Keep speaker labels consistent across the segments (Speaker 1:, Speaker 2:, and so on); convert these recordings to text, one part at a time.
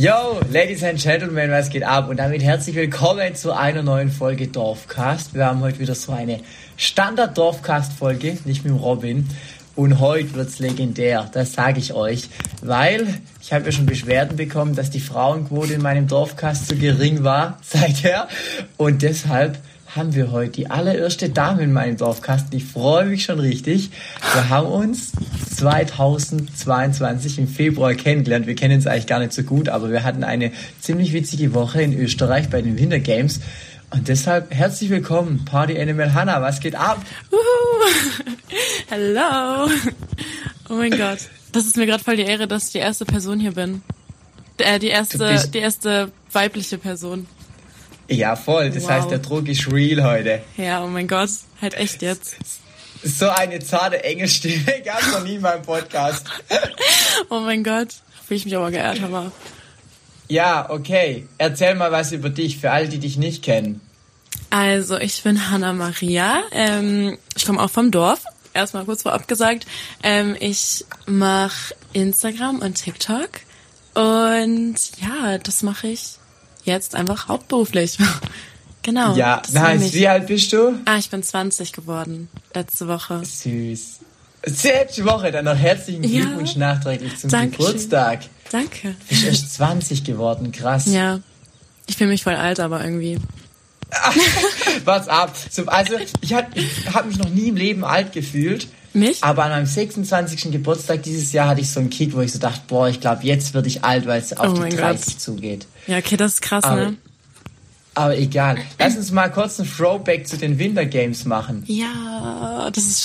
Speaker 1: Yo, Ladies and Gentlemen, was geht ab? Und damit herzlich willkommen zu einer neuen Folge Dorfcast. Wir haben heute wieder so eine Standard-Dorfcast-Folge, nicht mit dem Robin. Und heute wird's legendär, das sage ich euch. Weil ich habe ja schon Beschwerden bekommen, dass die Frauenquote in meinem Dorfcast zu gering war seither. Und deshalb haben wir heute die allererste Dame in meinem Dorfcast. Ich freue mich schon richtig. Wir haben uns 2022 im Februar kennengelernt. Wir kennen uns eigentlich gar nicht so gut, aber wir hatten eine ziemlich witzige Woche in Österreich bei den Winter Games. Und deshalb herzlich willkommen, Party Animal Hannah. Was geht ab?
Speaker 2: Hello. Oh mein Gott. Das ist mir gerade voll die Ehre, dass ich die erste Person hier bin. Die erste weibliche Person.
Speaker 1: Ja, voll. Das heißt, der Druck ist real heute.
Speaker 2: Ja, oh mein Gott. Halt echt jetzt.
Speaker 1: So eine zarte, enge Stimme gab es noch nie in meinem Podcast.
Speaker 2: Oh mein Gott. Fühle ich mich aber geehrt, aber.
Speaker 1: Ja, okay. Erzähl mal was über dich, für alle, die dich nicht kennen.
Speaker 2: Also, ich bin Hannah Maria. Ich komme auch vom Dorf. Erstmal kurz vorab gesagt. Ich mache Instagram und TikTok. Und ja, das mache ich jetzt einfach hauptberuflich. Genau.
Speaker 1: Ja, nice. Wie alt bist du?
Speaker 2: Ich bin 20 geworden. Letzte Woche.
Speaker 1: Süß. Letzte Woche, dann noch herzlichen Glückwunsch nachträglich zum Geburtstag.
Speaker 2: Danke.
Speaker 1: Du bist erst 20 geworden, krass.
Speaker 2: Ja. Ich fühle mich voll alt, aber irgendwie.
Speaker 1: What's up? Also, ich hab mich noch nie im Leben alt gefühlt.
Speaker 2: Mich?
Speaker 1: Aber an meinem 26. Geburtstag dieses Jahr hatte ich so einen Kick, wo ich so dachte, boah, ich glaube, jetzt werde ich alt, weil es auf die 30 zugeht.
Speaker 2: Ja, okay, das ist krass, ne?
Speaker 1: Aber egal. Lass uns mal kurz ein Throwback zu den Winter Games machen.
Speaker 2: Ja, das ist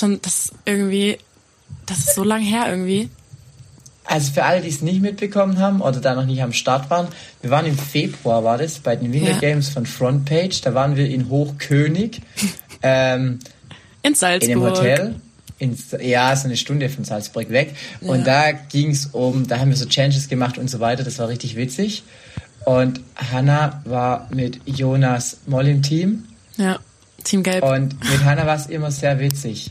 Speaker 2: so lang her irgendwie.
Speaker 1: Also für alle, die es nicht mitbekommen haben oder da noch nicht am Start waren, wir waren im Februar, war das, bei den Winter Games von Frontpage. Da waren wir in Hochkönig.
Speaker 2: In Salzburg.
Speaker 1: In einem Hotel. So eine Stunde von Salzburg weg. Ja. Und da da haben wir so Challenges gemacht und so weiter. Das war richtig witzig. Und Hannah war mit Jonas Moll im Team.
Speaker 2: Ja, Team Gelb.
Speaker 1: Und mit Hannah war es immer sehr witzig.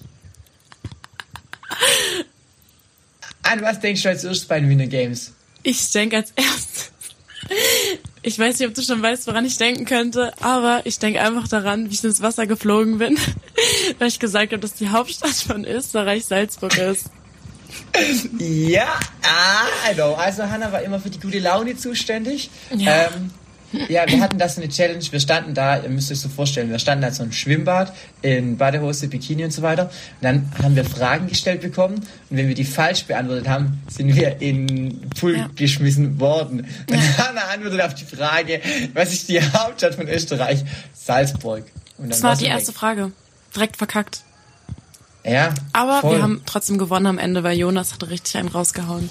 Speaker 1: An was denkst du als erstes bei den Winter Games?
Speaker 2: Ich denke als erstes. Ich weiß nicht, ob du schon weißt, woran ich denken könnte, aber ich denke einfach daran, wie ich ins Wasser geflogen bin, weil ich gesagt habe, dass die Hauptstadt von Österreich Salzburg ist.
Speaker 1: Ja, also Hannah war immer für die gute Laune zuständig.
Speaker 2: Ja.
Speaker 1: Wir hatten da so eine Challenge, wir standen da, ihr müsst euch so vorstellen, wir standen da so ein Schwimmbad, in Badehose, Bikini und so weiter. Und dann haben wir Fragen gestellt bekommen und wenn wir die falsch beantwortet haben, sind wir in den Pool geschmissen worden. Und Hannah antwortet auf die Frage, was ist die Hauptstadt von Österreich? Salzburg. Und dann
Speaker 2: das war die erste Frage. Direkt verkackt.
Speaker 1: Ja,
Speaker 2: aber
Speaker 1: voll.
Speaker 2: Wir haben trotzdem gewonnen am Ende, weil Jonas hat richtig einen rausgehauen.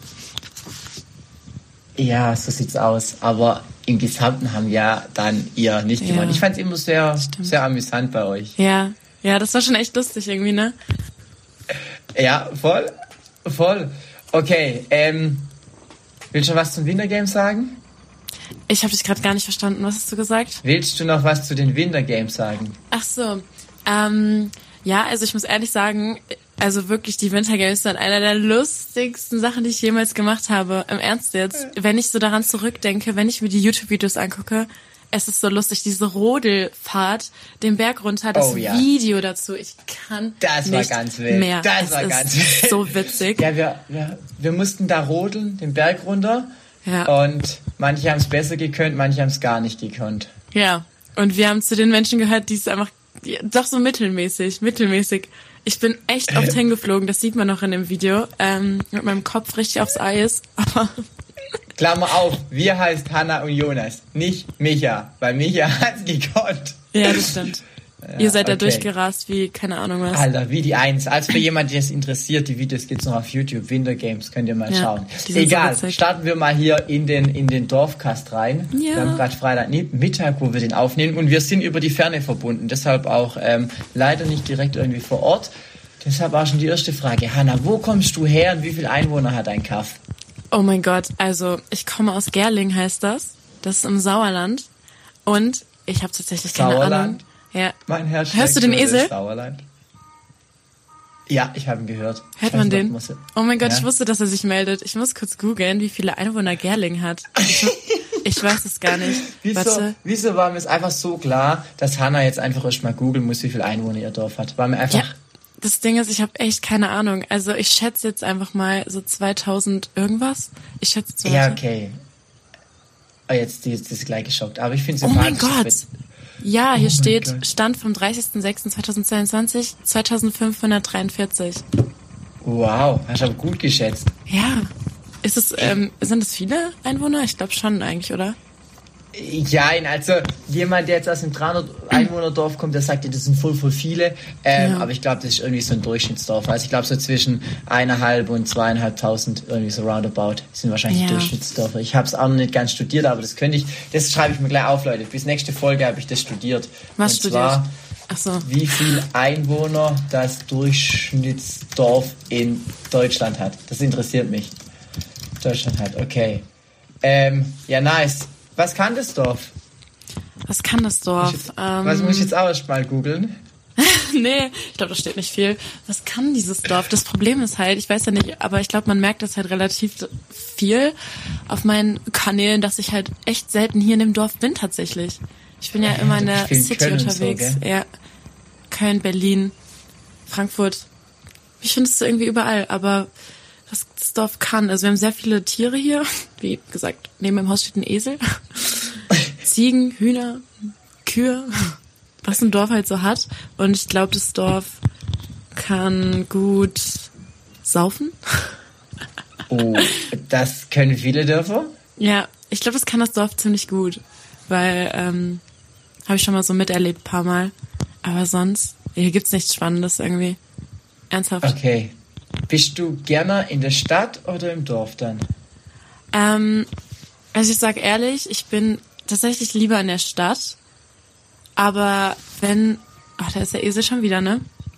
Speaker 2: Ja,
Speaker 1: so sieht's aus. Aber im Gesamten haben ja dann ihr nicht gewonnen. Ich fand's immer sehr, sehr amüsant bei euch.
Speaker 2: Ja, das war schon echt lustig irgendwie, ne?
Speaker 1: Ja, voll. Okay, willst du noch was zum Winter Games sagen?
Speaker 2: Ich habe dich gerade gar nicht verstanden. Was hast du gesagt?
Speaker 1: Willst du noch was zu den Winter Games sagen?
Speaker 2: Ach so, ja, also ich muss ehrlich sagen, also wirklich, die Winter Games sind einer der lustigsten Sachen, die ich jemals gemacht habe. Im Ernst jetzt. Wenn ich so daran zurückdenke, wenn ich mir die YouTube-Videos angucke, es ist so lustig, diese Rodelfahrt, den Berg runter, das Video dazu, ich kann
Speaker 1: das war ganz wild.
Speaker 2: Mehr.
Speaker 1: Das war ganz wild.
Speaker 2: So witzig.
Speaker 1: Ja, wir mussten da rodeln, den Berg runter. Ja. Und manche haben es besser gekonnt, manche haben es gar nicht gekonnt.
Speaker 2: Ja, und wir haben zu den Menschen gehört, die es einfach doch so mittelmäßig. Ich bin echt oft hingeflogen, das sieht man noch in dem Video, mit meinem Kopf richtig aufs Eis, aber...
Speaker 1: Klammer auf, wir heißt Hannah und Jonas, nicht Micha, weil Micha hat's gekonnt.
Speaker 2: Ja, das stimmt. Ja, ihr seid da durchgerast wie, keine Ahnung was.
Speaker 1: Alter, wie die Eins. Also für jemanden, der es interessiert, die Videos gibt's noch auf YouTube, Winter Games, könnt ihr mal schauen. Egal, so starten wir mal hier in den Dorfcast rein. Ja. Wir haben gerade Freitagmittag, wo wir den aufnehmen und wir sind über die Ferne verbunden, deshalb auch leider nicht direkt irgendwie vor Ort. Deshalb auch schon die erste Frage. Hannah, wo kommst du her und wie viele Einwohner hat dein Kaff?
Speaker 2: Oh mein Gott, also ich komme aus Gerling, heißt das. Das ist im Sauerland. Und ich habe tatsächlich keine Ahnung. Ja.
Speaker 1: Mein Herz.
Speaker 2: Hörst du den Esel?
Speaker 1: Sauerland. Ja, ich habe ihn gehört.
Speaker 2: Hört man den?
Speaker 1: Muss
Speaker 2: Oh mein Gott,
Speaker 1: ja.
Speaker 2: Ich wusste, dass er sich meldet. Ich muss kurz googeln, wie viele Einwohner Gerling hat. Ich weiß es gar nicht.
Speaker 1: Wieso war mir es einfach so klar, dass Hannah jetzt einfach erst mal googeln muss, wie viele Einwohner ihr Dorf hat? War mir einfach...
Speaker 2: Ja, das Ding ist, ich habe echt keine Ahnung. Also ich schätze jetzt einfach mal so 2000 irgendwas. Ich schätze jetzt mal.
Speaker 1: Ja, okay. Oh, jetzt ist gleich geschockt. Aber ich finde es
Speaker 2: Oh mein
Speaker 1: sympathisch.
Speaker 2: Gott. Ja, hier steht
Speaker 1: Gott.
Speaker 2: Stand vom 30.06.2022 2543.
Speaker 1: Wow, hast du aber gut geschätzt.
Speaker 2: Ja. Ist es, sind es viele Einwohner? Ich glaube schon eigentlich, oder?
Speaker 1: Ja, also jemand, der jetzt aus einem 300-Einwohner-Dorf kommt, der sagt, ja, das sind voll viele. Aber ich glaube, das ist irgendwie so ein Durchschnittsdorf. Also ich glaube, so zwischen 1.500 und 2.500, irgendwie so roundabout, sind wahrscheinlich Durchschnittsdörfer. Ich habe es auch noch nicht ganz studiert, aber das schreibe ich mir gleich auf, Leute. Bis nächste Folge habe ich das studiert.
Speaker 2: Was
Speaker 1: und
Speaker 2: studiert?
Speaker 1: Zwar,
Speaker 2: Ach so.
Speaker 1: wie viel Einwohner das Durchschnittsdorf in Deutschland hat. Das interessiert mich. Deutschland hat, okay. Ja, nice. Was kann das Dorf?
Speaker 2: Was kann das Dorf?
Speaker 1: Was muss ich jetzt auch erst mal googeln?
Speaker 2: Nee, ich glaube, da steht nicht viel. Was kann dieses Dorf? Das Problem ist halt, ich weiß ja nicht, aber ich glaube, man merkt das halt relativ viel auf meinen Kanälen, dass ich halt echt selten hier in dem Dorf bin tatsächlich. Ich bin ja immer in der City
Speaker 1: Köln
Speaker 2: unterwegs.
Speaker 1: So,
Speaker 2: ja. Köln, Berlin, Frankfurt. Ich finde es so irgendwie überall, aber was das Dorf kann. Also wir haben sehr viele Tiere hier. Wie gesagt, neben dem Haus steht ein Esel. Ziegen, Hühner, Kühe, was ein Dorf halt so hat. Und ich glaube, das Dorf kann gut saufen.
Speaker 1: Oh, das können viele Dörfer?
Speaker 2: Ja, ich glaube, das kann das Dorf ziemlich gut. Weil, habe ich schon mal so miterlebt, ein paar Mal. Aber sonst, hier gibt's nichts Spannendes irgendwie. Ernsthaft.
Speaker 1: Okay. Bist du gerne in der Stadt oder im Dorf dann?
Speaker 2: Also ich sag ehrlich, ich bin tatsächlich lieber in der Stadt. Aber wenn... Ach, da ist der Esel schon wieder, ne?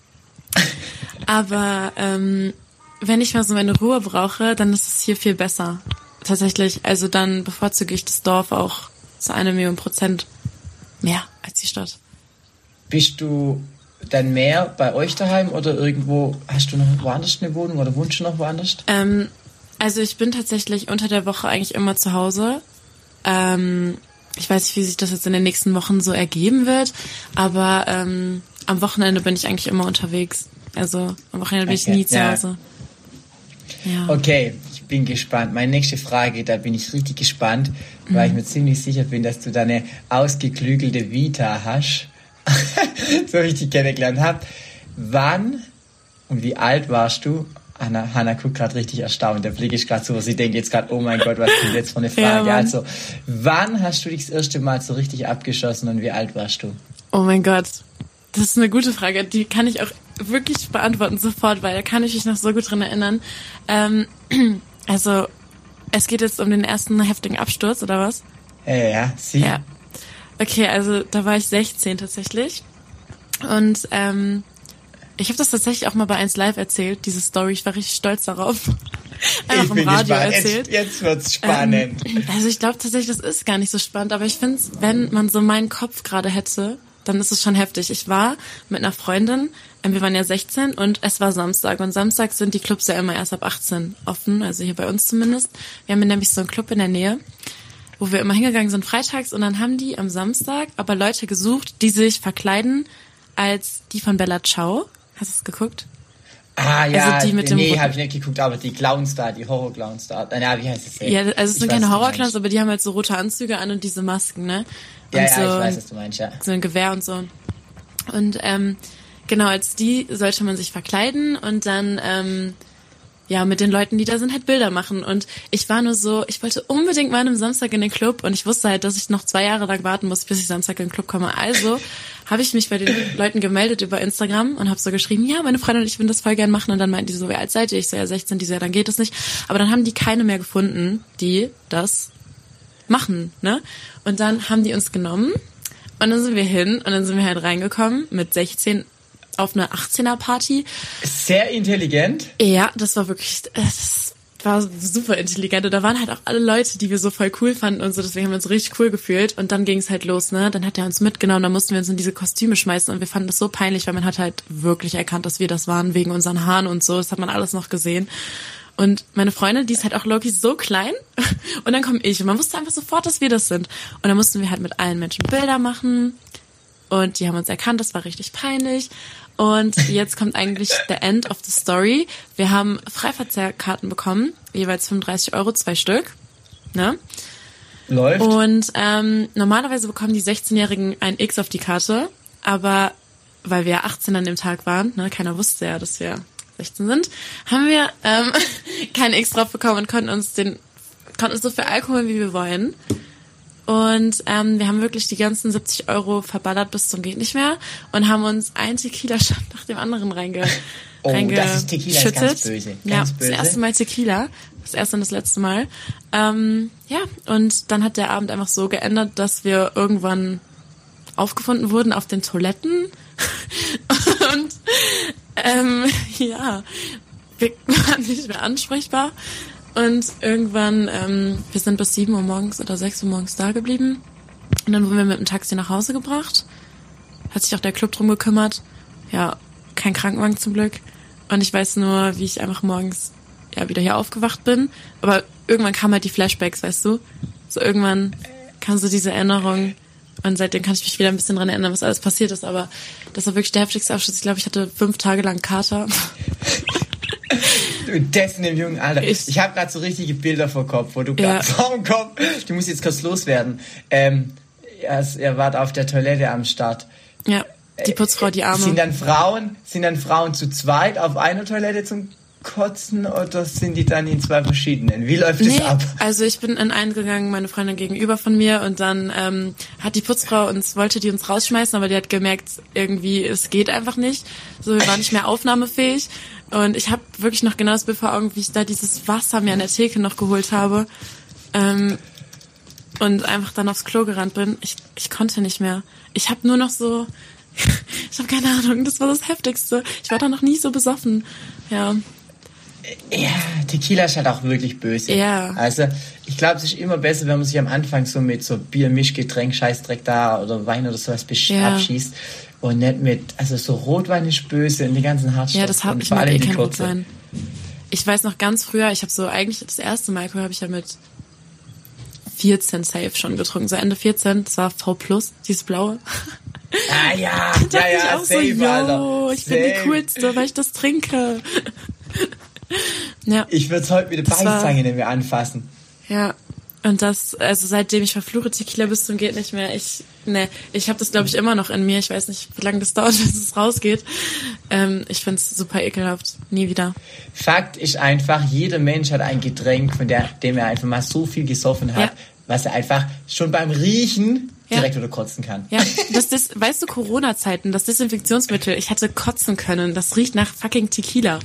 Speaker 2: Aber wenn ich mal so meine Ruhe brauche, dann ist es hier viel besser. Tatsächlich. Also dann bevorzuge ich das Dorf auch zu 1.000.000% mehr als die Stadt.
Speaker 1: Bist du dann mehr bei euch daheim oder irgendwo, hast du noch woanders eine Wohnung oder wohnst du noch woanders?
Speaker 2: Also ich bin tatsächlich unter der Woche eigentlich immer zu Hause. Ich weiß nicht, wie sich das jetzt in den nächsten Wochen so ergeben wird, aber am Wochenende bin ich eigentlich immer unterwegs. Also am Wochenende bin ich nie zu Hause. Ja.
Speaker 1: Okay, ich bin gespannt. Meine nächste Frage, da bin ich richtig gespannt, weil ich mir ziemlich sicher bin, dass du da eine ausgeklügelte Vita hast. So wie ich dich kennengelernt habe. Wann und wie alt warst du? Hannah guckt gerade richtig erstaunt. Der Blick ist gerade so, sie denkt jetzt gerade, oh mein Gott, was kommt jetzt für eine Frage?
Speaker 2: Ja,
Speaker 1: also, wann hast du dich das erste Mal so richtig abgeschossen und wie alt warst du?
Speaker 2: Oh mein Gott, das ist eine gute Frage. Die kann ich auch wirklich beantworten sofort, weil da kann ich mich noch so gut dran erinnern. Also, es geht jetzt um den ersten heftigen Absturz, oder was?
Speaker 1: Ja, sie.
Speaker 2: Ja. Okay, also da war ich 16 tatsächlich. Und ich habe das tatsächlich auch mal bei 1 Live erzählt, diese Story. Ich war richtig stolz darauf. Einfach im Radio erzählt.
Speaker 1: Jetzt wird's spannend.
Speaker 2: Also ich glaube tatsächlich, das ist gar nicht so spannend, aber ich finde, wenn man so meinen Kopf gerade hätte, dann ist es schon heftig. Ich war mit einer Freundin, wir waren ja 16 und es war Samstag. Und samstags sind die Clubs ja immer erst ab 18 offen, also hier bei uns zumindest. Wir haben nämlich so einen Club in der Nähe, wo wir immer hingegangen sind freitags und dann haben die am Samstag aber Leute gesucht, die sich verkleiden als die von Bella Ciao. Hast du es geguckt?
Speaker 1: Ah ja,
Speaker 2: also die mit dem
Speaker 1: habe ich nicht geguckt, aber die Clowns da, die Horror-Clowns da. Ja, wie heißt es?
Speaker 2: Ja, also es sind keine Horror-Clowns, aber die haben halt so rote Anzüge an und diese Masken, ne? Und
Speaker 1: ja,
Speaker 2: so,
Speaker 1: ich weiß, was du meinst, ja.
Speaker 2: So ein Gewehr und so. Und genau, als die sollte man sich verkleiden und dann mit den Leuten, die da sind, halt Bilder machen. Und ich war nur so, ich wollte unbedingt mal an einem Samstag in den Club und ich wusste halt, dass ich noch 2 Jahre lang warten muss, bis ich Samstag in den Club komme. Also habe ich mich bei den Leuten gemeldet über Instagram und habe so geschrieben, ja, meine Freundin und ich würden das voll gern machen. Und dann meinten die so, wie alt seid ihr? Ich so, ja, 16. Die so, ja, dann geht das nicht. Aber dann haben die keine mehr gefunden, die das machen, ne? Und dann haben die uns genommen und dann sind wir hin und dann sind wir halt reingekommen mit 16 auf eine 18er-Party.
Speaker 1: Sehr intelligent.
Speaker 2: Ja, das war wirklich, das war super intelligent und da waren halt auch alle Leute, die wir so voll cool fanden und so, deswegen haben wir uns richtig cool gefühlt und dann ging es halt los, ne? Dann hat er uns mitgenommen, dann mussten wir uns in diese Kostüme schmeißen und wir fanden das so peinlich, weil man hat halt wirklich erkannt, dass wir das waren, wegen unseren Haaren und so, das hat man alles noch gesehen. Und meine Freundin, die ist halt auch Loki so klein und dann komme ich und man wusste einfach sofort, dass wir das sind. Und dann mussten wir halt mit allen Menschen Bilder machen und die haben uns erkannt, das war richtig peinlich. Und jetzt kommt eigentlich the end of the story. Wir haben Freiverzehrkarten bekommen, jeweils 35 €, 2 Stück. Ne?
Speaker 1: Läuft.
Speaker 2: Und normalerweise bekommen die 16-Jährigen ein X auf die Karte, aber weil wir 18 an dem Tag waren, ne, keiner wusste ja, dass wir 16 sind, haben wir kein X drauf bekommen und konnten uns so viel Alkohol, wie wir wollen. Und wir haben wirklich die ganzen 70 € verballert bis zum geht nicht mehr und haben uns einen Tequila-Shot nach dem anderen
Speaker 1: das ist Tequila, ist ganz böse. Ganz böse.
Speaker 2: Das erste Mal Tequila, das erste und das letzte Mal. Ja, und dann hat der Abend einfach so geändert, dass wir irgendwann aufgefunden wurden auf den Toiletten und ja, wir waren nicht mehr ansprechbar. Und irgendwann, wir sind bis 7 Uhr morgens oder 6 Uhr morgens da geblieben. Und dann wurden wir mit dem Taxi nach Hause gebracht. Hat sich auch der Club drum gekümmert. Ja, kein Krankenwagen zum Glück. Und ich weiß nur, wie ich einfach morgens ja wieder hier aufgewacht bin. Aber irgendwann kamen halt die Flashbacks, weißt du? So irgendwann kam so diese Erinnerung. Und seitdem kann ich mich wieder ein bisschen dran erinnern, was alles passiert ist. Aber das war wirklich der heftigste Abschluss. Ich glaube, ich hatte 5 Tage lang Kater.
Speaker 1: Du, dessen im jungen Alter. Ich habe gerade so richtige Bilder vor Kopf, wo du gerade vorm Kopf, du musst jetzt kurz loswerden. Er war auf der Toilette am Start.
Speaker 2: Ja, die Putzfrau, die Arme.
Speaker 1: Sind dann Frauen zu zweit auf einer Toilette zum Kotzen oder sind die dann in 2 verschiedenen? Wie läuft das ab?
Speaker 2: Also ich bin in einen gegangen, meine Freundin gegenüber von mir und dann hat die Putzfrau wollte die uns rausschmeißen, aber die hat gemerkt, irgendwie, es geht einfach nicht. So, wir waren nicht mehr aufnahmefähig. Und ich habe wirklich noch genau das Bild vor Augen, wie ich da dieses Wasser mir an der Theke noch geholt habe und einfach dann aufs Klo gerannt bin. Ich konnte nicht mehr. Ich habe nur noch so, ich habe keine Ahnung, das war das Heftigste. Ich war da noch nie so besoffen. Ja.
Speaker 1: Ja, Tequila ist halt auch wirklich böse.
Speaker 2: Ja.
Speaker 1: Also ich glaube, es ist immer besser, wenn man sich am Anfang so mit so Bier, Mischgetränk, Scheißdreck da oder Wein oder sowas abschießt. Und nicht mit, also so Rotwein ist böse und die ganzen Hartstoffe.
Speaker 2: Ja, das hat ich mag kein Rotwein. Ich weiß noch ganz früher, ich habe so eigentlich das erste Mal habe ich ja mit 14 safe schon getrunken, so Ende 14, das war V+, dieses blaue.
Speaker 1: Ah ja,
Speaker 2: da
Speaker 1: ja,
Speaker 2: ich auch
Speaker 1: safe,
Speaker 2: so,
Speaker 1: Alter.
Speaker 2: Ich bin die Coolste, weil ich das trinke. Ja.
Speaker 1: Ich würde es heute mit der Beißzange nicht mehr anfassen.
Speaker 2: Ja. Und das, also seitdem ich verfluche Tequila bis zum geht nicht mehr. Ich habe das glaube ich immer noch in mir. Ich weiß nicht, wie lange das dauert, bis es rausgeht. Ich find's super ekelhaft. Nie wieder.
Speaker 1: Fakt ist einfach, jeder Mensch hat ein Getränk, von dem er einfach mal so viel gesoffen hat, was er einfach schon beim Riechen direkt wieder kotzen kann.
Speaker 2: Ja, weißt du, Corona-Zeiten, das Desinfektionsmittel, ich hätte kotzen können. Das riecht nach fucking Tequila.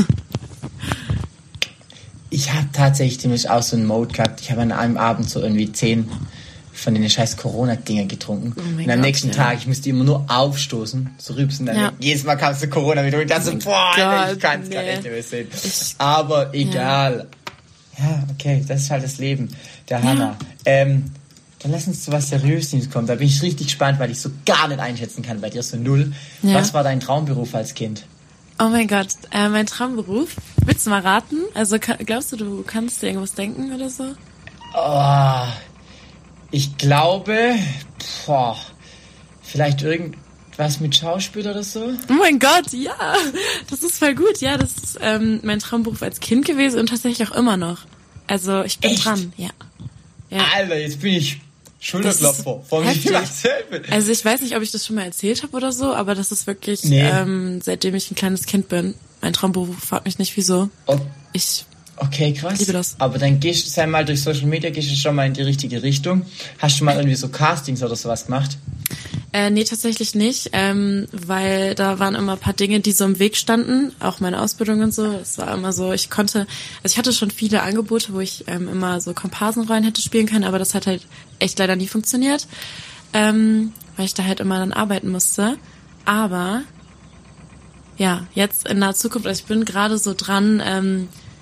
Speaker 1: Ich habe tatsächlich nämlich auch so einen Mode gehabt. Ich habe an einem Abend so irgendwie 10 von den scheiß Corona-Dinger getrunken. Oh und am nächsten Tag, ich musste immer nur aufstoßen, so rübsen. Dann jedes Mal kam es zu Corona wieder und ich dachte so, boah, ich kann es gar nicht mehr sehen. Aber egal. Ja, okay, das ist halt das Leben der Hanna. Dann lass uns zu was Seriöses kommen. Da bin ich richtig gespannt, weil ich so gar nicht einschätzen kann. Bei dir so 0. Ja. Was war dein Traumberuf als Kind?
Speaker 2: Oh mein Gott, mein Traumberuf. Willst du mal raten? Also glaubst du kannst dir irgendwas denken oder so?
Speaker 1: Oh, ich glaube, vielleicht irgendwas mit Schauspiel oder so.
Speaker 2: Oh mein Gott, ja, das ist voll gut. Ja, das ist mein Traumberuf als Kind gewesen und tatsächlich auch immer noch. Also ich bin dran, ja.
Speaker 1: Alter, jetzt bin ich Schulterklopfer.
Speaker 2: Also ich weiß nicht, ob ich das schon mal erzählt habe oder so, aber das ist wirklich, seitdem ich ein kleines Kind bin, mein Traumberuf. Frag mich nicht, wieso.
Speaker 1: Okay, krass.
Speaker 2: Liebe das.
Speaker 1: Aber dann gehst du mal durch Social Media, gehst du schon mal in die richtige Richtung. Hast du mal irgendwie so Castings oder sowas gemacht?
Speaker 2: Nee, tatsächlich nicht, weil da waren immer ein paar Dinge, die so im Weg standen, auch meine Ausbildung und so. Es war immer so, ich hatte schon viele Angebote, wo ich immer so Komparsenrollen hätte spielen können, aber das hat halt echt leider nie funktioniert, weil ich da halt immer dann arbeiten musste. Aber ja, jetzt in naher Zukunft, also ich bin gerade so dran,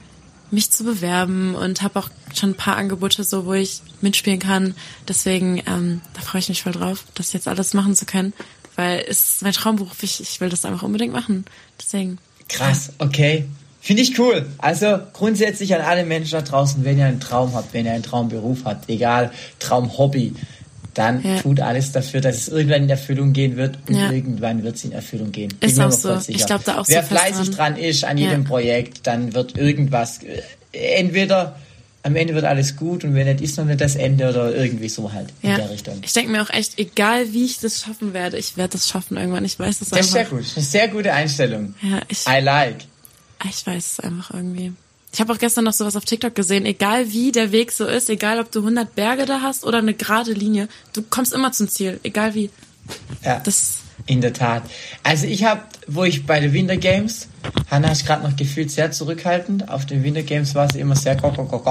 Speaker 2: mich zu bewerben und habe auch schon ein paar Angebote, so wo ich mitspielen kann. Deswegen, da freue ich mich voll drauf, das jetzt alles machen zu können, weil es ist mein Traumberuf. Ich will das einfach unbedingt machen. Deswegen.
Speaker 1: Krass, okay. Finde ich cool. Also grundsätzlich an alle Menschen da draußen, wenn ihr einen Traum habt, wenn ihr einen Traumberuf habt, egal, Traumhobby, dann tut alles dafür, dass es irgendwann in Erfüllung gehen wird und irgendwann wird es in Erfüllung gehen.
Speaker 2: Ist auch so. Ich glaube da auch
Speaker 1: Wer
Speaker 2: so fest
Speaker 1: fleißig dran ist an jedem Projekt, dann wird irgendwas, entweder am Ende wird alles gut und wenn nicht, ist noch nicht das Ende oder irgendwie so halt in der Richtung.
Speaker 2: Ich denke mir auch echt, egal wie ich das schaffen werde, ich werde das schaffen irgendwann. Ich weiß das einfach.
Speaker 1: Das ist sehr gut. Das ist eine sehr gute Einstellung.
Speaker 2: Ja,
Speaker 1: I like.
Speaker 2: Ich weiß es einfach irgendwie. Ich habe auch gestern noch sowas auf TikTok gesehen. Egal wie der Weg so ist, egal ob du 100 Berge da hast oder eine gerade Linie, du kommst immer zum Ziel, egal wie.
Speaker 1: Ja, in der Tat. Also ich habe, wo ich bei den Winter Games, Hannah ist gerade noch gefühlt sehr zurückhaltend. Auf den Winter Games war sie immer sehr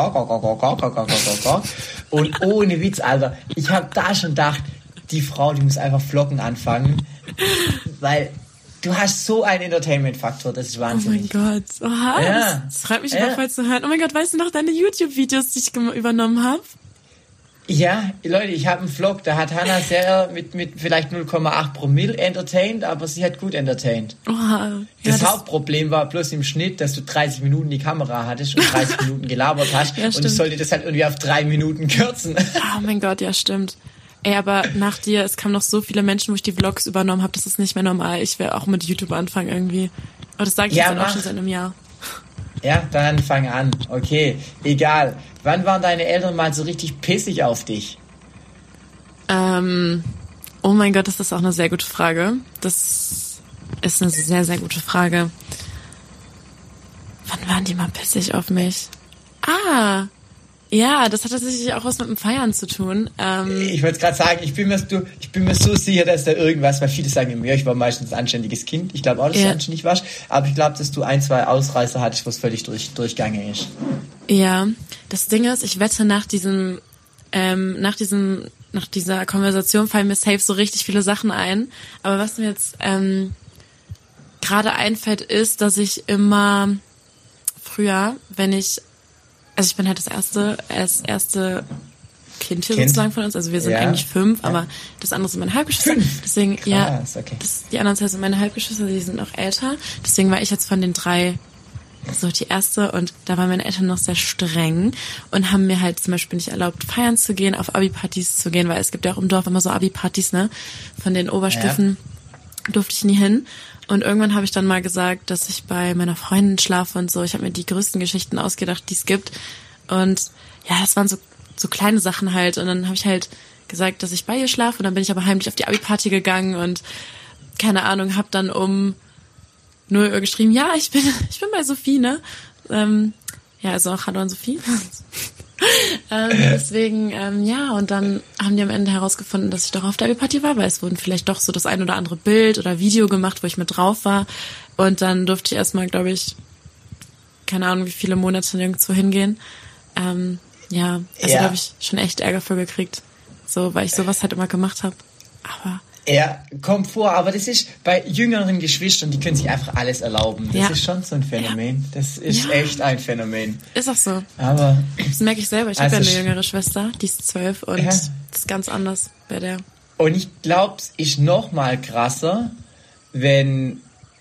Speaker 1: und ohne Witz, Alter. Ich habe da schon gedacht, die Frau, die muss einfach Flocken anfangen, weil du hast so einen Entertainment-Faktor, das ist wahnsinnig.
Speaker 2: Oh mein Gott, oha, das freut mich immer voll zu hören. Oh mein Gott, weißt du noch deine YouTube-Videos, die ich übernommen habe?
Speaker 1: Ja, Leute, ich habe einen Vlog, da hat Hannah sehr mit vielleicht 0,8 Promille entertained, aber sie hat gut entertained.
Speaker 2: Oha.
Speaker 1: Das Hauptproblem war bloß im Schnitt, dass du 30 Minuten die Kamera hattest und 30 Minuten gelabert hast und ich sollte das halt irgendwie auf 3 Minuten kürzen.
Speaker 2: Oh mein Gott, ja stimmt. Ey, aber nach dir, es kamen noch so viele Menschen, wo ich die Vlogs übernommen habe, das ist nicht mehr normal. Ich will auch mit YouTube anfangen irgendwie. Aber das sage ich jetzt auch schon seit einem Jahr.
Speaker 1: Ja, dann fang an. Okay, egal. Wann waren deine Eltern mal so richtig pissig auf dich?
Speaker 2: Oh mein Gott, das ist auch eine sehr gute Frage. Das ist eine sehr, sehr gute Frage. Wann waren die mal pissig auf mich? Ja, das hat tatsächlich auch was mit dem Feiern zu tun.
Speaker 1: Ich wollte gerade sagen, ich bin mir so sicher, dass da irgendwas, weil viele sagen immer, ja, ich war meistens ein anständiges Kind. Ich glaube auch, dass du anständig warst. Aber ich glaube, dass du 1, 2 Ausreißer hattest, was völlig durchgegangen ist.
Speaker 2: Ja, das Ding ist, ich wette, nach dieser Konversation fallen mir safe so richtig viele Sachen ein. Aber was mir jetzt gerade einfällt, ist, dass ich immer früher, also ich bin halt das erste Kind hier sozusagen von uns. Also wir sind eigentlich 5, aber das andere sind meine Halbgeschwister. 5? Deswegen, krass, okay. Die anderen 2 sind meine Halbgeschwister, die sind auch älter. Deswegen war ich jetzt von den 3 so die erste und da waren meine Eltern noch sehr streng und haben mir halt zum Beispiel nicht erlaubt, feiern zu gehen, auf Abi-Partys zu gehen, weil es gibt ja auch im Dorf immer so Abi-Partys, ne? Von den Oberstufen durfte ich nie hin. Und irgendwann habe ich dann mal gesagt, dass ich bei meiner Freundin schlafe und so. Ich habe mir die größten Geschichten ausgedacht, die es gibt. Und ja, das waren so kleine Sachen halt. Und dann habe ich halt gesagt, dass ich bei ihr schlafe. Und dann bin ich aber heimlich auf die Abi-Party gegangen und keine Ahnung, habe dann um 0 Uhr geschrieben, ja, ich bin bei Sophie, ne? Ja, also auch hallo an Sophie. Deswegen, und dann haben die am Ende herausgefunden, dass ich doch auf der Abi-Party war, weil es wurden vielleicht doch so das ein oder andere Bild oder Video gemacht, wo ich mit drauf war. Und dann durfte ich erstmal, glaube ich, keine Ahnung, wie viele Monate nirgendwo hingehen. Da habe ich schon echt Ärger für gekriegt. So, weil ich sowas halt immer gemacht habe. Aber
Speaker 1: ja, kommt vor, aber das ist bei jüngeren Geschwistern, die können sich einfach alles erlauben. Das ist schon so ein Phänomen. Das ist echt ein Phänomen.
Speaker 2: Ist auch so.
Speaker 1: Aber
Speaker 2: das merke ich selber. Ich habe ja eine jüngere Schwester, die ist 12 und das ist ganz anders bei der.
Speaker 1: Und ich glaube, es ist noch mal krasser, wenn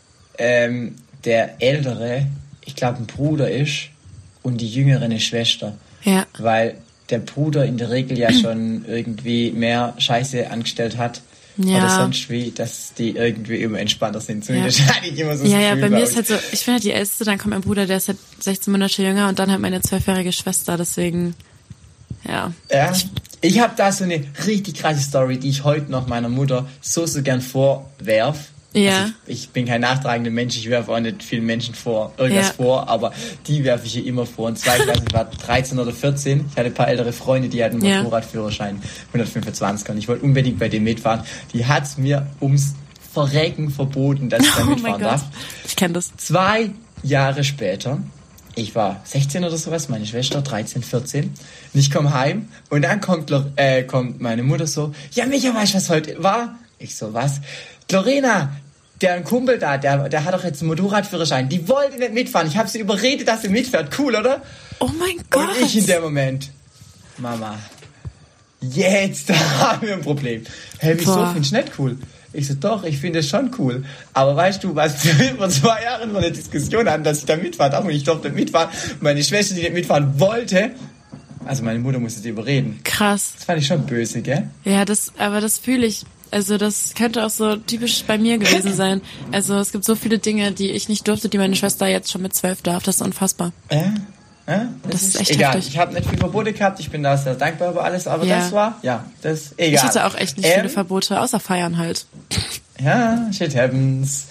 Speaker 1: der Ältere, ich glaube, ein Bruder ist und die Jüngere eine Schwester.
Speaker 2: Ja.
Speaker 1: Weil der Bruder in der Regel ja schon irgendwie mehr Scheiße angestellt hat.
Speaker 2: Ja.
Speaker 1: Oder sonst wie, dass die irgendwie immer entspannter sind. Zumindest hatte ich immer so das Gefühl,
Speaker 2: bei mir ist halt so, ich bin halt die Älteste, dann kommt mein Bruder, der ist halt 16 Monate jünger und dann halt meine 12-jährige Schwester, deswegen, ja. Ich habe da so eine richtig krasse Story, die ich heute noch meiner Mutter so gern vorwerf. Ja.
Speaker 1: Also ich bin kein nachtragender Mensch, ich werfe auch nicht vielen Menschen irgendwas vor, aber die werfe ich ihr immer vor. Und zwar, ich weiß nicht, ich war 13 oder 14, ich hatte ein paar ältere Freunde, die hatten einen Motorradführerschein, 125 und ich wollte unbedingt bei denen mitfahren. Die hat's mir ums Verrecken verboten, dass ich da mitfahren darf.
Speaker 2: Ich kenne das.
Speaker 1: 2 Jahre später, ich war 16 oder sowas, meine Schwester 13, 14 und ich komme heim und dann kommt meine Mutter so, ja Micha, weißt du, was heute war? Ich so, was? Lorena, deren Kumpel da, der hat doch jetzt einen Motorradführerschein. Die wollte nicht mitfahren. Ich habe sie überredet, dass sie mitfährt. Cool, oder?
Speaker 2: Oh mein Gott.
Speaker 1: Und ich in dem Moment, Mama, jetzt haben wir ein Problem. Hey, wieso findest du nicht cool? Ich so, doch, ich finde es schon cool. Aber weißt du, was wir vor 2 Jahren noch eine Diskussion hatten, dass ich da mitfahren darf und ich durfte mitfahren. Meine Schwester, die nicht mitfahren wollte, also meine Mutter musste sie überreden.
Speaker 2: Krass.
Speaker 1: Das fand ich schon böse, gell?
Speaker 2: Ja, aber das fühle ich. Also das könnte auch so typisch bei mir gewesen sein. Also es gibt so viele Dinge, die ich nicht durfte, die meine Schwester jetzt schon mit 12 darf. Das ist unfassbar.
Speaker 1: Ja,
Speaker 2: das ist echt
Speaker 1: egal.
Speaker 2: heftig.
Speaker 1: Ich habe nicht viel Verbote gehabt, ich bin da sehr dankbar über alles, aber das ist egal.
Speaker 2: Ich hatte auch echt nicht viele Verbote, außer feiern halt.
Speaker 1: Ja, shit happens.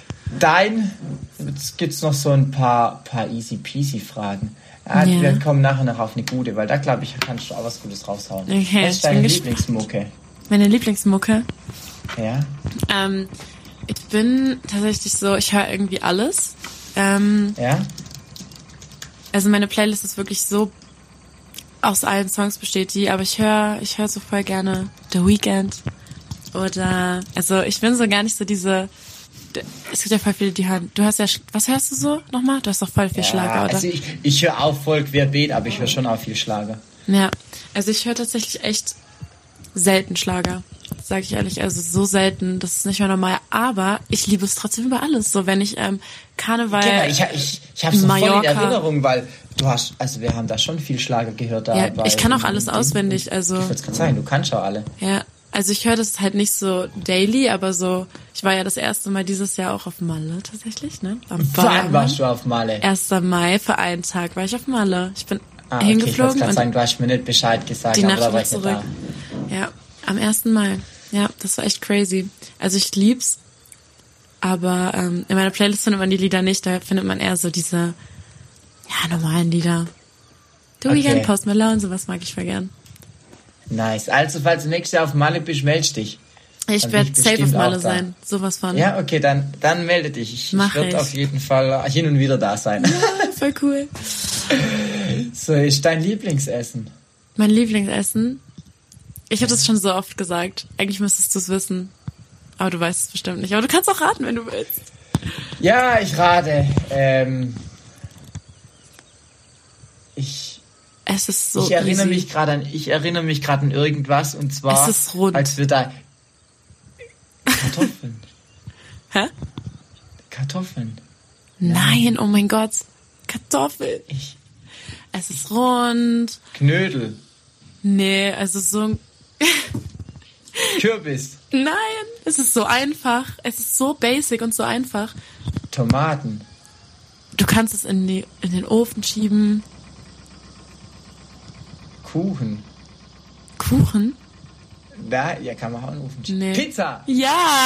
Speaker 1: Jetzt gibt's noch so ein paar easy peasy Fragen. Wir kommen nachher noch auf eine gute, weil da glaube ich, kannst du auch was Gutes raushauen.
Speaker 2: Okay,
Speaker 1: was ist deine Lieblingsmucke?
Speaker 2: Meine Lieblingsmucke?
Speaker 1: Ja.
Speaker 2: Ich bin tatsächlich so, ich höre irgendwie alles.
Speaker 1: Ja?
Speaker 2: Also meine Playlist ist wirklich so aus allen Songs besteht die, aber ich höre so voll gerne The Weeknd oder, also ich bin so gar nicht so diese, es gibt ja voll viele, die hören, du hast ja, was hörst du so nochmal? Du hast doch voll viel Schlager, oder?
Speaker 1: Also ich höre auch voll querbeet, aber ich höre schon auch viel Schlager.
Speaker 2: Ja, also ich höre tatsächlich echt selten Schlager, sage ich ehrlich, also so selten, das ist nicht mehr normal, aber ich liebe es trotzdem über alles, so wenn ich Karneval,
Speaker 1: genau, ich habe so voll in Erinnerung, weil wir haben da schon viel Schlager gehört. Da
Speaker 2: ja, ich kann auch alles auswendig, also.
Speaker 1: Ich würde es gerade sagen, du kannst schon alle.
Speaker 2: Ja, also ich höre das halt nicht so daily, aber so, ich war ja das erste Mal dieses Jahr auch auf Malle tatsächlich, ne?
Speaker 1: Wann warst du auf Malle?
Speaker 2: 1. Mai, für einen Tag war ich auf Malle. Ich bin
Speaker 1: okay,
Speaker 2: hingeflogen.
Speaker 1: Ich wollte gerade sagen, du hast mir nicht Bescheid gesagt,
Speaker 2: die
Speaker 1: aber
Speaker 2: Nacht
Speaker 1: da war ich
Speaker 2: zurück.
Speaker 1: nicht da.
Speaker 2: Ja, am 1. Mai. Ja, das war echt crazy. Also ich lieb's, aber in meiner Playlist findet man die Lieder nicht, da findet man eher so diese, normalen Lieder. The Weeknd, Post Malone, sowas mag ich voll gern.
Speaker 1: Nice. Also, falls du nächstes Jahr auf Malle bist, melde dich.
Speaker 2: Ich werde safe auf Malle sein. Sowas von.
Speaker 1: Ja, okay, dann melde dich. Ich werde auf jeden Fall hin und wieder da sein.
Speaker 2: Ja, voll cool.
Speaker 1: So, ist dein Lieblingsessen?
Speaker 2: Mein Lieblingsessen? Ich habe das schon so oft gesagt. Eigentlich müsstest du es wissen. Aber du weißt es bestimmt nicht. Aber du kannst auch raten, wenn du willst.
Speaker 1: Ja, ich rate.
Speaker 2: Es ist so
Speaker 1: ich erinnere
Speaker 2: easy.
Speaker 1: mich gerade an irgendwas, und zwar,
Speaker 2: es ist rund.
Speaker 1: als wir da Kartoffeln.
Speaker 2: Hä?
Speaker 1: Kartoffeln.
Speaker 2: Nein, oh mein Gott. Kartoffeln. Es ist rund.
Speaker 1: Knödel.
Speaker 2: Nee, es ist so...
Speaker 1: Kürbis.
Speaker 2: Nein, es ist so einfach. Es ist so basic und so einfach.
Speaker 1: Tomaten.
Speaker 2: Du kannst es in den Ofen schieben.
Speaker 1: Kuchen.
Speaker 2: Kuchen?
Speaker 1: Ja, kann man auch in den Ofen schieben.
Speaker 2: Nee.
Speaker 1: Pizza.
Speaker 2: Ja.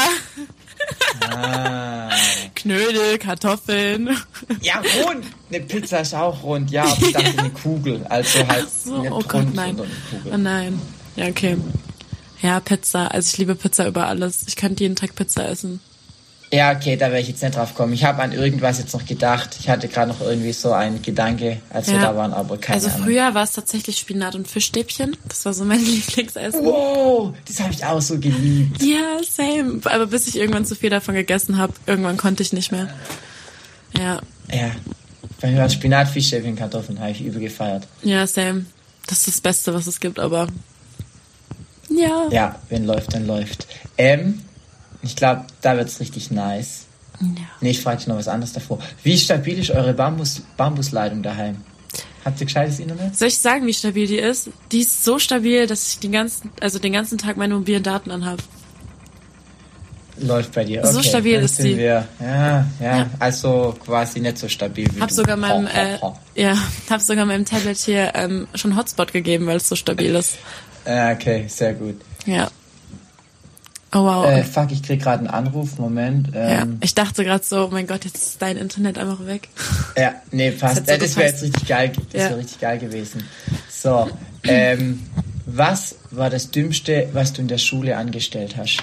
Speaker 1: Ah.
Speaker 2: Knödel, Kartoffeln.
Speaker 1: Ja, rund. Eine Pizza ist auch rund. Ja, aber ich dachte eine Kugel. Also halt
Speaker 2: so,
Speaker 1: nicht
Speaker 2: oh Gott,
Speaker 1: rund,
Speaker 2: nein.
Speaker 1: sondern eine Kugel.
Speaker 2: Oh nein. Ja, okay. Ja, Pizza. Also ich liebe Pizza über alles. Ich könnte jeden Tag Pizza essen.
Speaker 1: Ja, okay, da wäre ich jetzt nicht drauf gekommen. Ich habe an irgendwas jetzt noch gedacht. Ich hatte gerade noch irgendwie so einen Gedanke, als wir da waren, aber keine Ahnung.
Speaker 2: Also früher war es tatsächlich Spinat und Fischstäbchen. Das war so mein Lieblingsessen.
Speaker 1: Wow, das habe ich auch so geliebt.
Speaker 2: Ja, same. Aber bis ich irgendwann zu viel davon gegessen habe, irgendwann konnte ich nicht mehr. Ja.
Speaker 1: Ja, bei mir war Spinat, Fischstäbchen, Kartoffeln, habe ich übel gefeiert.
Speaker 2: Ja, same. Das ist das Beste, was es gibt, aber ja.
Speaker 1: Ja, wenn läuft, dann läuft. Ich glaube, da wird's richtig nice.
Speaker 2: Ja.
Speaker 1: Nee, ich frage dich noch was anderes davor. Wie stabil ist eure Bambusleitung daheim? Habt ihr gescheites Internet?
Speaker 2: Soll ich sagen, wie stabil die ist? Die ist so stabil, dass ich den ganzen Tag meine mobilen Daten anhabe.
Speaker 1: Läuft bei dir. Okay,
Speaker 2: so stabil ist die.
Speaker 1: Ja, also quasi nicht so stabil wie
Speaker 2: hab
Speaker 1: du.
Speaker 2: Sogar hab sogar meinem Tablet hier schon Hotspot gegeben, weil es so stabil ist.
Speaker 1: Okay, sehr gut.
Speaker 2: Ja. Oh wow.
Speaker 1: Fuck, ich krieg gerade einen Anruf. Moment.
Speaker 2: Ja, ich dachte gerade so, oh mein Gott, jetzt ist dein Internet einfach weg.
Speaker 1: Ja, nee, passt. Das wäre jetzt richtig geil. Das wäre richtig geil gewesen. So, was war das Dümmste, was du in der Schule angestellt hast?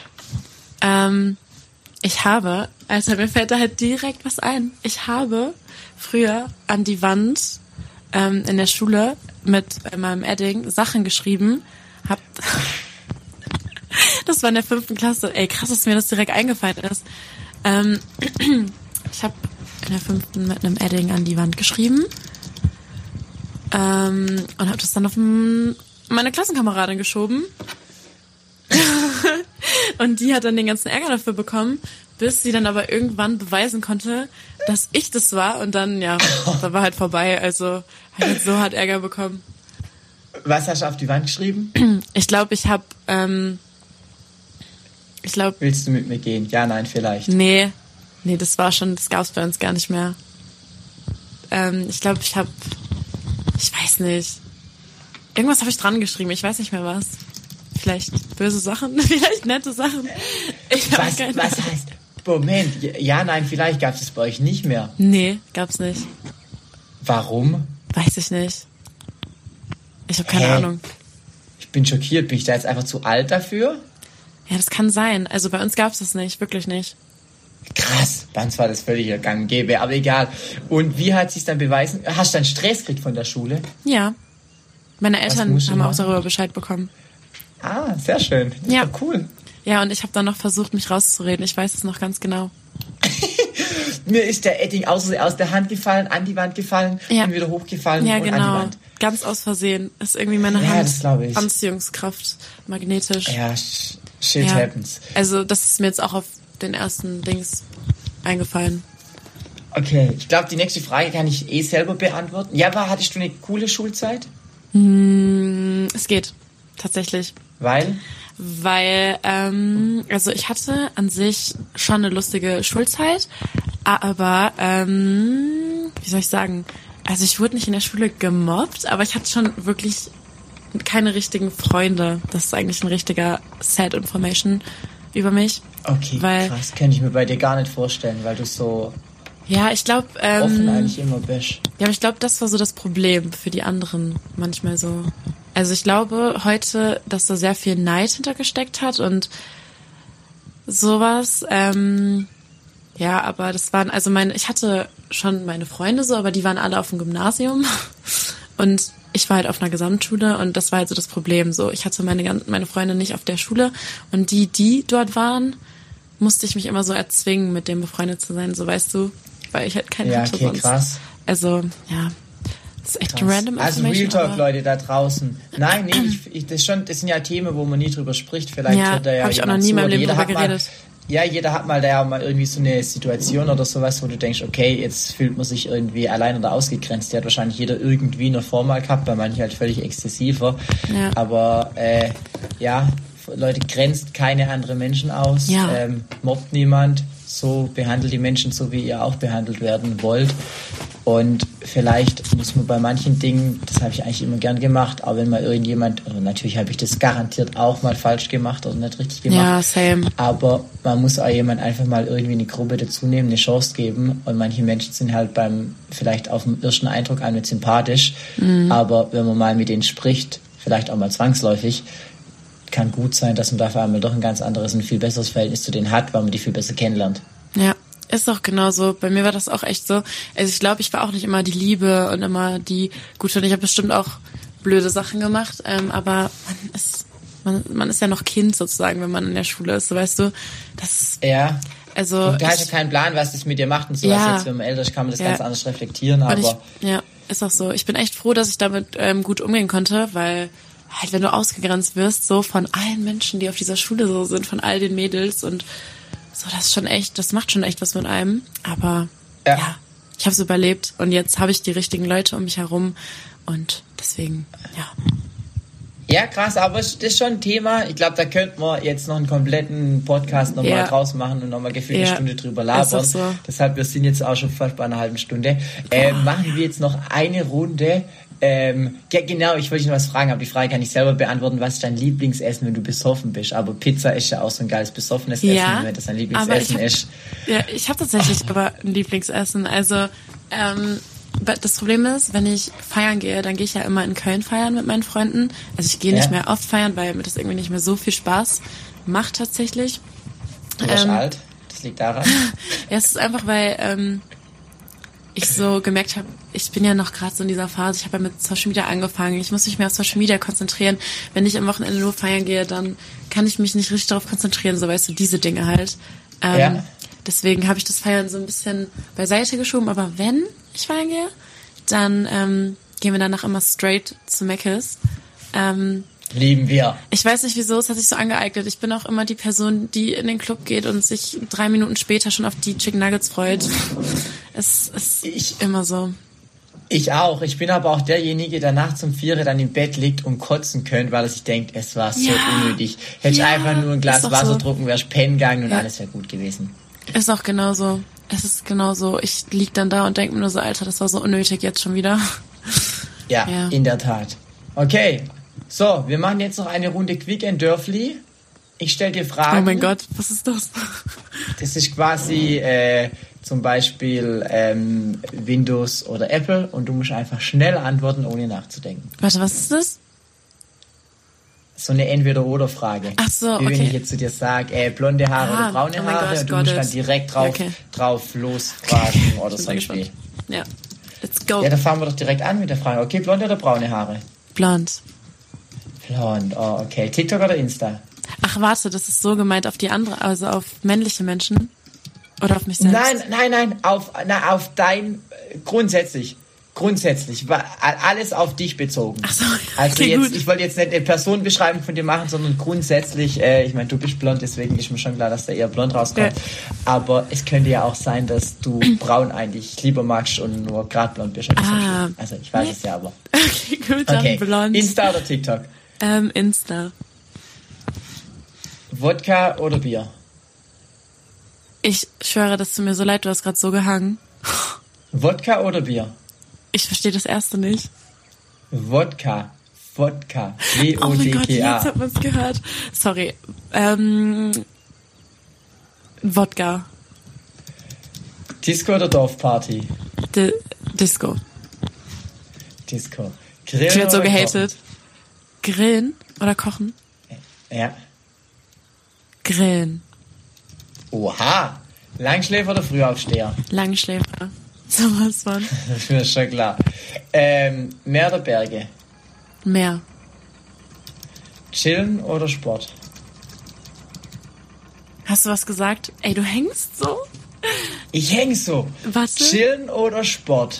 Speaker 2: Mir fällt da halt direkt was ein. Ich habe früher an die Wand in der Schule mit meinem Edding Sachen geschrieben. Das war in der 5. Klasse. Ey, krass, dass mir das direkt eingefallen ist. Ich habe in der 5. mit einem Edding an die Wand geschrieben und habe das dann auf meine Klassenkameradin geschoben. Und die hat dann den ganzen Ärger dafür bekommen, bis sie dann aber irgendwann beweisen konnte, dass ich das war. Und dann, ja, da war halt vorbei. Also habe ich so hart Ärger bekommen.
Speaker 1: Was hast du auf die Wand geschrieben?
Speaker 2: Ich glaube,
Speaker 1: Willst du mit mir gehen? Ja, nein, vielleicht.
Speaker 2: Nee, das gab's bei uns gar nicht mehr. Ich glaube, ich weiß nicht. Irgendwas habe ich dran geschrieben, ich weiß nicht mehr was. Vielleicht böse Sachen, vielleicht nette Sachen.
Speaker 1: Was heißt? Moment, ja, nein, vielleicht gab es es bei euch nicht mehr.
Speaker 2: Nee, gab's nicht.
Speaker 1: Warum?
Speaker 2: Weiß ich nicht. Ich habe keine Ahnung.
Speaker 1: Ich bin schockiert, bin ich da jetzt einfach zu alt dafür?
Speaker 2: Ja, das kann sein. Also bei uns gab's das nicht, wirklich nicht.
Speaker 1: Krass, bei uns war das völlig gang und gäbe, aber egal. Und wie hat sich's dann beweisen? Hast du dann Stress gekriegt von der Schule?
Speaker 2: Ja. Meine Eltern haben auch darüber Bescheid bekommen.
Speaker 1: Ah, sehr schön. Das ist doch cool.
Speaker 2: Ja, und ich habe dann noch versucht, mich rauszureden. Ich weiß es noch ganz genau.
Speaker 1: Mir ist der Edding aus der Hand gefallen, an die Wand gefallen und wieder hochgefallen und an die Wand.
Speaker 2: Ganz aus Versehen. Ist irgendwie meine Hand Anziehungskraft magnetisch.
Speaker 1: Ja, shit happens.
Speaker 2: Also das ist mir jetzt auch auf den ersten Dings eingefallen.
Speaker 1: Okay, ich glaube, die nächste Frage kann ich selber beantworten. Ja, hattest du eine coole Schulzeit?
Speaker 2: Es geht, tatsächlich.
Speaker 1: Weil,
Speaker 2: also ich hatte an sich schon eine lustige Schulzeit, aber, wie soll ich sagen, also ich wurde nicht in der Schule gemobbt, aber ich hatte schon wirklich keine richtigen Freunde. Das ist eigentlich ein richtiger Sad Information über mich.
Speaker 1: Okay, krass, kann ich mir bei dir gar nicht vorstellen, weil du so
Speaker 2: ich glaube
Speaker 1: offen eigentlich immer bist.
Speaker 2: Ja, aber ich glaube, das war so das Problem für die anderen manchmal so. Also ich glaube heute, dass da sehr viel Neid hintergesteckt hat und sowas. Ja, aber das waren, also ich hatte schon meine Freunde so, aber die waren alle auf dem Gymnasium und ich war halt auf einer Gesamtschule und das war halt so das Problem so. Ich hatte meine Freunde nicht auf der Schule und die dort waren, musste ich mich immer so erzwingen, mit dem befreundet zu sein, so weißt du, weil ich halt keine hatte sonst.
Speaker 1: Krass.
Speaker 2: Also, ja, das ist echt
Speaker 1: krass.
Speaker 2: Random
Speaker 1: Also Real Talk, Leute da draußen. Nein, das sind ja Themen, wo man nie drüber spricht. Vielleicht hört da ja
Speaker 2: habe ich auch noch nie in meinem Leben drüber geredet.
Speaker 1: Jeder hat mal irgendwie so eine Situation oder sowas, wo du denkst, okay, jetzt fühlt man sich irgendwie allein oder ausgegrenzt. Die hat wahrscheinlich jeder irgendwie eine Form mal gehabt, bei manchen halt völlig exzessiver. Ja. Aber Leute, grenzt keine anderen Menschen aus, mobbt niemand, so behandelt die Menschen so, wie ihr auch behandelt werden wollt. Und vielleicht muss man bei manchen Dingen, das habe ich eigentlich immer gern gemacht, aber wenn mal irgendjemand, also natürlich habe ich das garantiert auch mal falsch gemacht oder nicht richtig gemacht.
Speaker 2: Ja, same.
Speaker 1: Aber man muss auch jemand einfach mal irgendwie eine Gruppe dazu nehmen, eine Chance geben. Und manche Menschen sind halt vielleicht auf dem ersten Eindruck nicht sympathisch. Mhm. Aber wenn man mal mit denen spricht, vielleicht auch mal zwangsläufig, kann gut sein, dass man dafür einmal doch ein ganz anderes und viel besseres Verhältnis zu denen hat, weil man die viel besser kennenlernt.
Speaker 2: Ja, ist doch genauso. Bei mir war das auch echt so. Also ich glaube, ich war auch nicht immer die Liebe und immer die Gute. Und ich habe bestimmt auch blöde Sachen gemacht. Aber man ist ja noch Kind sozusagen, wenn man in der Schule ist, so weißt du.
Speaker 1: Ja.
Speaker 2: Also
Speaker 1: und du hast ja keinen Plan, was das mit dir macht und so.
Speaker 2: Ja.
Speaker 1: Jetzt, wenn man älter ist, kann man das ganz anders reflektieren. Aber
Speaker 2: ist auch so. Ich bin echt froh, dass ich damit gut umgehen konnte, weil halt, wenn du ausgegrenzt wirst, so von allen Menschen, die auf dieser Schule so sind, von all den Mädels und so, das macht schon echt was mit einem. Aber ich habe es überlebt und jetzt habe ich die richtigen Leute um mich herum und deswegen,
Speaker 1: Ja, krass, aber das ist schon ein Thema. Ich glaube, da könnten wir jetzt noch einen kompletten Podcast nochmal draus machen und nochmal gefühlt eine Stunde drüber labern.
Speaker 2: So.
Speaker 1: Deshalb, wir sind jetzt auch schon fast bei einer halben Stunde. Machen wir jetzt noch eine Runde. Genau, ich wollte dich noch was fragen, aber die Frage kann ich selber beantworten. Was ist dein Lieblingsessen, wenn du besoffen bist? Aber Pizza ist ja auch so ein geiles besoffenes Essen, wenn das dein Lieblingsessen ist.
Speaker 2: Ja, ich habe tatsächlich aber ein Lieblingsessen. Also, das Problem ist, wenn ich feiern gehe, dann gehe ich ja immer in Köln feiern mit meinen Freunden. Also ich gehe nicht mehr oft feiern, weil mir das irgendwie nicht mehr so viel Spaß macht tatsächlich.
Speaker 1: Du bist alt, das liegt daran.
Speaker 2: Ja, es ist einfach, weil ich so gemerkt habe, ich bin ja noch gerade so in dieser Phase, ich habe ja mit Social Media angefangen, ich muss mich mehr auf Social Media konzentrieren. Wenn ich am Wochenende nur feiern gehe, dann kann ich mich nicht richtig darauf konzentrieren, so weißt du, diese Dinge halt. Deswegen habe ich das Feiern so ein bisschen beiseite geschoben. Aber wenn ich feiern gehe, dann gehen wir danach immer straight zu Mc's.
Speaker 1: Lieben wir.
Speaker 2: Ich weiß nicht wieso, es hat sich so angeeignet. Ich bin auch immer die Person, die in den Club geht und sich 3 Minuten später schon auf die Chicken Nuggets freut. Es ist immer so.
Speaker 1: Ich auch. Ich bin aber auch derjenige, der nachts um 4 dann im Bett liegt und kotzen könnte, weil er sich denkt, es war so unnötig. Hätte ich einfach nur ein Glas Wasser
Speaker 2: so.
Speaker 1: Getrunken, wärst pennen gegangen und alles wäre gut gewesen.
Speaker 2: Ist auch genauso. Es ist genauso. Ich lieg dann da und denke mir nur so, Alter, das war so unnötig jetzt schon wieder.
Speaker 1: Ja, in der Tat. Okay, so, wir machen jetzt noch eine Runde Quick and Dörfli. Ich stelle dir Fragen.
Speaker 2: Oh mein Gott, was ist das?
Speaker 1: Das ist quasi zum Beispiel Windows oder Apple und du musst einfach schnell antworten, ohne nachzudenken.
Speaker 2: Warte, was ist das?
Speaker 1: So eine Entweder-oder-Frage.
Speaker 2: Ach so,
Speaker 1: Wie
Speaker 2: okay.
Speaker 1: wenn ich jetzt zu dir sage, blonde Haare oder braune Haare und du musst dann direkt drauf losfragen oder sonst wie.
Speaker 2: Ja, let's go.
Speaker 1: Ja, da fangen wir doch direkt an mit der Frage. Okay, blonde oder braune Haare?
Speaker 2: Blond.
Speaker 1: Blond, oh okay. TikTok oder Insta?
Speaker 2: Ach warte, das ist so gemeint auf die andere, also auf männliche Menschen? Oder auf mich selbst?
Speaker 1: Nein, auf dein, grundsätzlich, alles auf dich bezogen.
Speaker 2: Ach so,
Speaker 1: also
Speaker 2: okay,
Speaker 1: jetzt,
Speaker 2: gut.
Speaker 1: ich wollte jetzt nicht eine Personenbeschreibung von dir machen, sondern grundsätzlich, ich meine, du bist blond, deswegen ist mir schon klar, dass da eher blond rauskommt. Ja. Aber es könnte ja auch sein, dass du braun eigentlich lieber magst und nur gerade blond bist. Also ich weiß es ja, aber.
Speaker 2: Okay, gut, dann blond.
Speaker 1: Insta oder TikTok?
Speaker 2: Insta.
Speaker 1: Wodka oder Bier?
Speaker 2: Ich schwöre, das tut mir so leid, du hast gerade so gehangen.
Speaker 1: Wodka oder Bier?
Speaker 2: Ich verstehe das erste nicht.
Speaker 1: Wodka. W-O-D-K-A.
Speaker 2: Oh mein Gott, jetzt hat man es gehört. Sorry. Wodka.
Speaker 1: Disco oder Dorfparty?
Speaker 2: Disco.
Speaker 1: Disco.
Speaker 2: Grillen ich werde so gehatet. Kochen? Grillen oder kochen?
Speaker 1: Ja.
Speaker 2: Grillen.
Speaker 1: Oha. Langschläfer oder Frühaufsteher?
Speaker 2: Langschläfer. Sowas von.
Speaker 1: Das ist mir schon klar. Meer oder Berge?
Speaker 2: Meer.
Speaker 1: Chillen oder Sport?
Speaker 2: Hast du was gesagt? Ey, du hängst so?
Speaker 1: Ich häng so.
Speaker 2: Warte.
Speaker 1: Chillen oder Sport?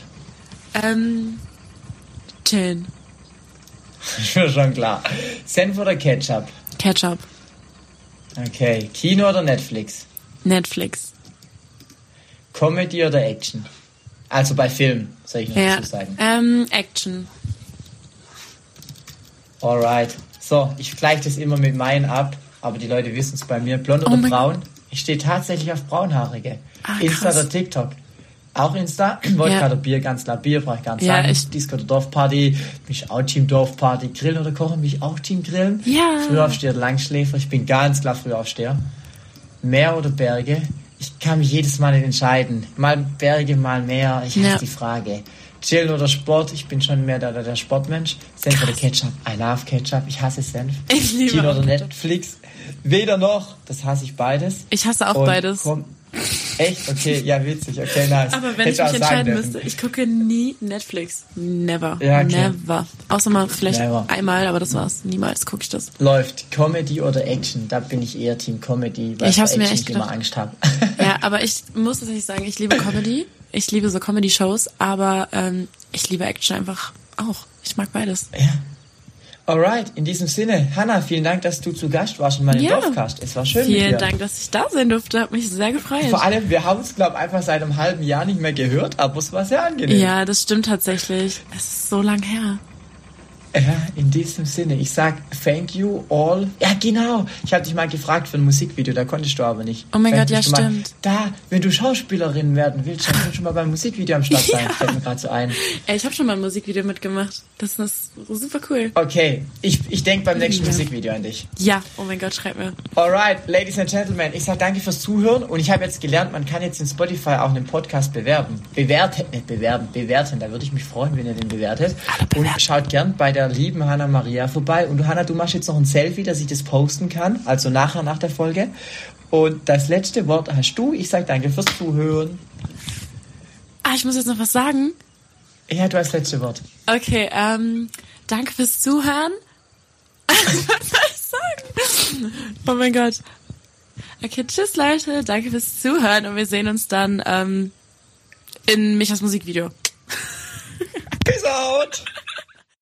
Speaker 2: Chillen.
Speaker 1: Das ist mir schon klar. Senf oder Ketchup?
Speaker 2: Ketchup.
Speaker 1: Okay. Kino oder Netflix?
Speaker 2: Netflix.
Speaker 1: Comedy oder Action? Also bei Film, soll ich noch dazu sagen.
Speaker 2: Action.
Speaker 1: Alright. So, ich gleiche das immer mit meinen ab, aber die Leute wissen es bei mir. Blond oder braun? Ich stehe tatsächlich auf Braunhaarige. Insta oder TikTok? Auch Insta? Wodka oder Bier? Ganz klar Bier, brauche ich gar nicht sagen. Disco oder Dorfparty? Bin ich auch Team Dorfparty. Grillen oder Kochen? Bin ich auch Team Grillen?
Speaker 2: Ja.
Speaker 1: Frühaufsteher oder Langschläfer? Ich bin ganz klar Frühaufsteher. Meer oder Berge? Ich kann mich jedes Mal nicht entscheiden. Mal Berge, mal Meer. Ich hasse die Frage. Chillen oder Sport? Ich bin schon mehr der Sportmensch. Senf oder Ketchup? I love Ketchup. Ich hasse Senf.
Speaker 2: Ich liebe
Speaker 1: Kino oder Netflix? Weder noch. Das hasse ich beides.
Speaker 2: Ich hasse auch beides.
Speaker 1: Echt? Okay, ja, witzig. Okay, nice.
Speaker 2: Aber wenn ich mich entscheiden müsste, ich gucke nie Netflix. Never. Ja, okay. Never. Außer mal vielleicht einmal, aber das war's. Niemals gucke ich das.
Speaker 1: Läuft Comedy oder Action? Da bin ich eher Team Comedy, weil ich vor Action echt immer Angst habe.
Speaker 2: Ja, aber ich muss tatsächlich sagen, ich liebe Comedy. Ich liebe so Comedy-Shows, aber ich liebe Action einfach auch. Ich mag beides.
Speaker 1: Ja. Alright, in diesem Sinne, Hannah, vielen Dank, dass du zu Gast warst in meinem Dorfcast. Es war schön mit dir.
Speaker 2: Vielen Dank, dass ich da sein durfte. Hat mich sehr gefreut.
Speaker 1: Vor allem, wir haben uns, glaube ich, einfach seit einem halben Jahr nicht mehr gehört, aber es war sehr angenehm.
Speaker 2: Ja, das stimmt tatsächlich. Es ist so lang her.
Speaker 1: Ja, in diesem Sinne, ich sag thank you all. Ja, genau. Ich habe dich mal gefragt für ein Musikvideo, da konntest du aber nicht.
Speaker 2: Oh mein Gott, ja, stimmt.
Speaker 1: Wenn du Schauspielerin werden willst, dann kannst du schon mal beim Musikvideo am Start sein. Fällt mir gerade so ein.
Speaker 2: Ey, ich habe schon mal ein Musikvideo mitgemacht. Das ist super cool.
Speaker 1: Okay, ich denke beim nächsten Musikvideo an dich.
Speaker 2: Ja, oh mein Gott, schreib mir.
Speaker 1: Alright, Ladies and Gentlemen, ich sag danke fürs Zuhören und ich habe jetzt gelernt, man kann jetzt in Spotify auch einen Podcast bewerten. Bewerten. Da würde ich mich freuen, wenn ihr den bewertet. Und schaut gern bei der lieben Hannah Maria vorbei. Und Hannah, du machst jetzt noch ein Selfie, dass ich das posten kann, also nachher nach der Folge. Und das letzte Wort hast du. Ich sag danke fürs Zuhören.
Speaker 2: Ich muss jetzt noch was sagen.
Speaker 1: Ja, du hast das letzte Wort.
Speaker 2: Okay, danke fürs Zuhören. Was soll ich sagen? Oh mein Gott. Okay, tschüss Leute, danke fürs Zuhören und wir sehen uns dann in Michas Musikvideo.
Speaker 1: Peace out!